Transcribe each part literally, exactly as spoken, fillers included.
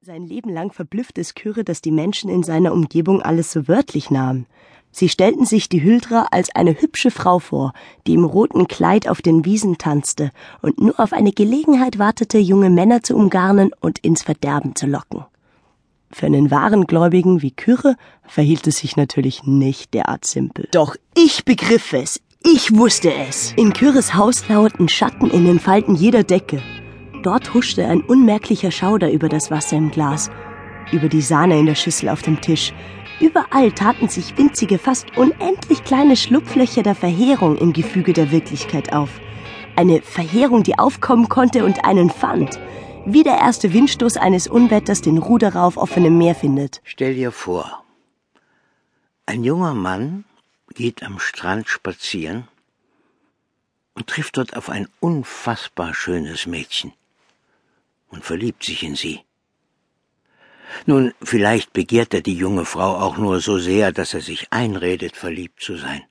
Sein Leben lang verblüfft es Kyrre, dass die Menschen in seiner Umgebung alles so wörtlich nahmen. Sie stellten sich die Huldra als eine hübsche Frau vor, die im roten Kleid auf den Wiesen tanzte und nur auf eine Gelegenheit wartete, junge Männer zu umgarnen und ins Verderben zu locken. Für einen wahren Gläubigen wie Kyrre verhielt es sich natürlich nicht derart simpel. Doch ich begriff es, ich wusste es. In Kyrres Haus lauerten Schatten in den Falten jeder Decke. Dort huschte ein unmerklicher Schauder über das Wasser im Glas, über die Sahne in der Schüssel auf dem Tisch. Überall taten sich winzige, fast unendlich kleine Schlupflöcher der Verheerung im Gefüge der Wirklichkeit auf. Eine Verheerung, die aufkommen konnte und einen fand, wie der erste Windstoß eines Unwetters den Ruderer auf offenem Meer findet. Stell dir vor, ein junger Mann geht am Strand spazieren und trifft dort auf ein unfassbar schönes Mädchen und verliebt sich in sie. Nun, vielleicht begehrt er die junge Frau auch nur so sehr, dass er sich einredet, verliebt zu sein.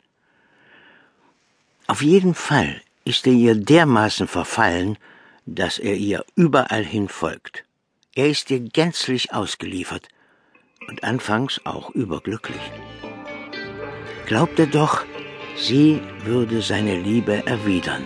Auf jeden Fall ist er ihr dermaßen verfallen, dass er ihr überall hin folgt. Er ist ihr gänzlich ausgeliefert und anfangs auch überglücklich. Glaubt er doch, sie würde seine Liebe erwidern.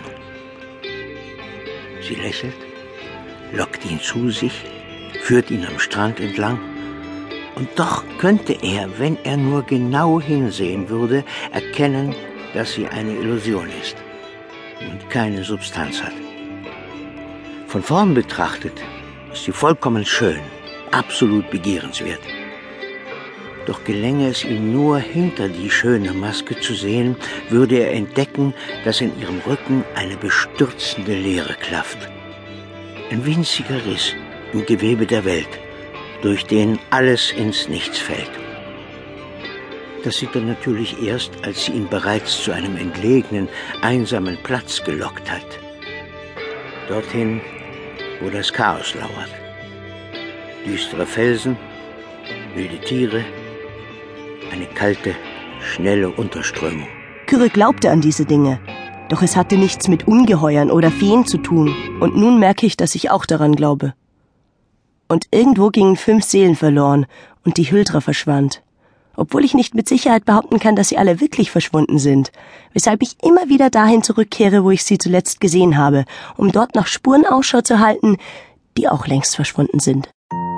Sie lächelt, lockt ihn zu sich, führt ihn am Strand entlang. Und doch könnte er, wenn er nur genau hinsehen würde, erkennen, dass sie eine Illusion ist und keine Substanz hat. Von vorn betrachtet ist sie vollkommen schön, absolut begehrenswert. Doch gelänge es ihm nur, hinter die schöne Maske zu sehen, würde er entdecken, dass in ihrem Rücken eine bestürzende Leere klafft. Ein winziger Riss im Gewebe der Welt, durch den alles ins Nichts fällt. Das sieht er natürlich erst, als sie ihn bereits zu einem entlegenen, einsamen Platz gelockt hat. Dorthin, wo das Chaos lauert. Düstere Felsen, wilde Tiere, eine kalte, schnelle Unterströmung. Kyrre glaubte an diese Dinge. Doch es hatte nichts mit Ungeheuern oder Feen zu tun. Und nun merke ich, dass ich auch daran glaube. Und irgendwo gingen fünf Seelen verloren und die Huldra verschwand. Obwohl ich nicht mit Sicherheit behaupten kann, dass sie alle wirklich verschwunden sind. Weshalb ich immer wieder dahin zurückkehre, wo ich sie zuletzt gesehen habe, um dort nach Spuren Ausschau zu halten, die auch längst verschwunden sind.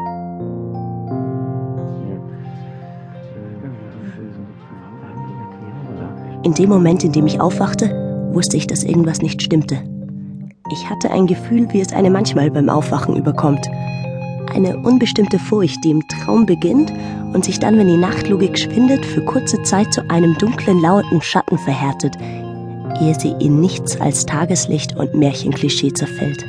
In dem Moment, in dem ich aufwachte, wusste ich, dass irgendwas nicht stimmte. Ich hatte ein Gefühl, wie es einem manchmal beim Aufwachen überkommt. Eine unbestimmte Furcht, die im Traum beginnt und sich dann, wenn die Nachtlogik schwindet, für kurze Zeit zu einem dunklen, lauten Schatten verhärtet, ehe sie in nichts als Tageslicht und Märchenklischee zerfällt.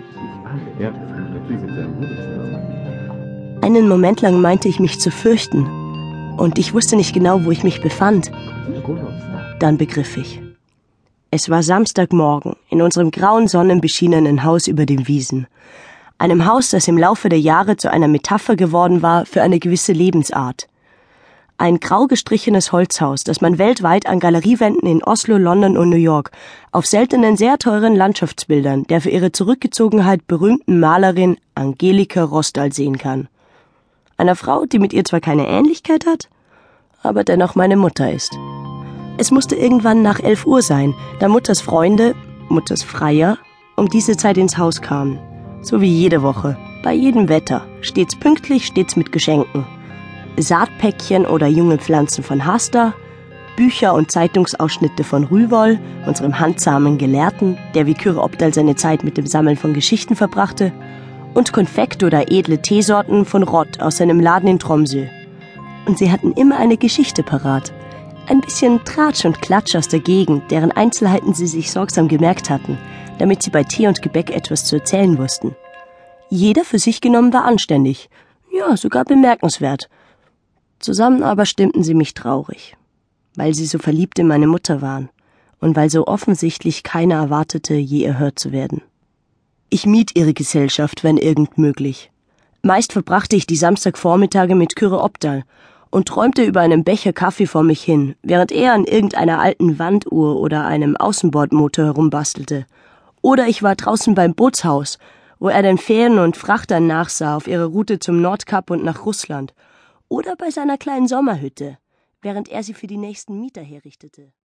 Einen Moment lang meinte ich, mich zu fürchten, und ich wusste nicht genau, wo ich mich befand. Dann begriff ich. Es war Samstagmorgen in unserem grauen, sonnenbeschienenen Haus über den Wiesen. Einem Haus, das im Laufe der Jahre zu einer Metapher geworden war für eine gewisse Lebensart. Ein grau gestrichenes Holzhaus, das man weltweit an Galeriewänden in Oslo, London und New York auf seltenen, sehr teuren Landschaftsbildern der für ihre Zurückgezogenheit berühmten Malerin Angelika Rosdahl sehen kann. Einer Frau, die mit ihr zwar keine Ähnlichkeit hat, aber dennoch meine Mutter ist. Es musste irgendwann nach elf Uhr sein, da Mutters Freunde, Mutters Freier, um diese Zeit ins Haus kamen. So wie jede Woche, bei jedem Wetter, stets pünktlich, stets mit Geschenken. Saatpäckchen oder junge Pflanzen von Hasta, Bücher und Zeitungsausschnitte von Rüwoll, unserem handsamen Gelehrten, der wie Kyrre Opdahl seine Zeit mit dem Sammeln von Geschichten verbrachte, und Konfekt oder edle Teesorten von Rott aus seinem Laden in Tromsø. Und sie hatten immer eine Geschichte parat. Ein bisschen Tratsch und Klatsch aus der Gegend, deren Einzelheiten sie sich sorgsam gemerkt hatten, damit sie bei Tee und Gebäck etwas zu erzählen wussten. Jeder für sich genommen war anständig, ja, sogar bemerkenswert. Zusammen aber stimmten sie mich traurig, weil sie so verliebt in meine Mutter waren und weil so offensichtlich keiner erwartete, je erhört zu werden. Ich mied ihre Gesellschaft, wenn irgend möglich. Meist verbrachte ich die Samstagvormittage mit Kyrre Opdahl und träumte über einen Becher Kaffee vor mich hin, während er an irgendeiner alten Wanduhr oder einem Außenbordmotor herumbastelte. Oder ich war draußen beim Bootshaus, wo er den Fähren und Frachtern nachsah auf ihrer Route zum Nordkap und nach Russland, oder bei seiner kleinen Sommerhütte, während er sie für die nächsten Mieter herrichtete.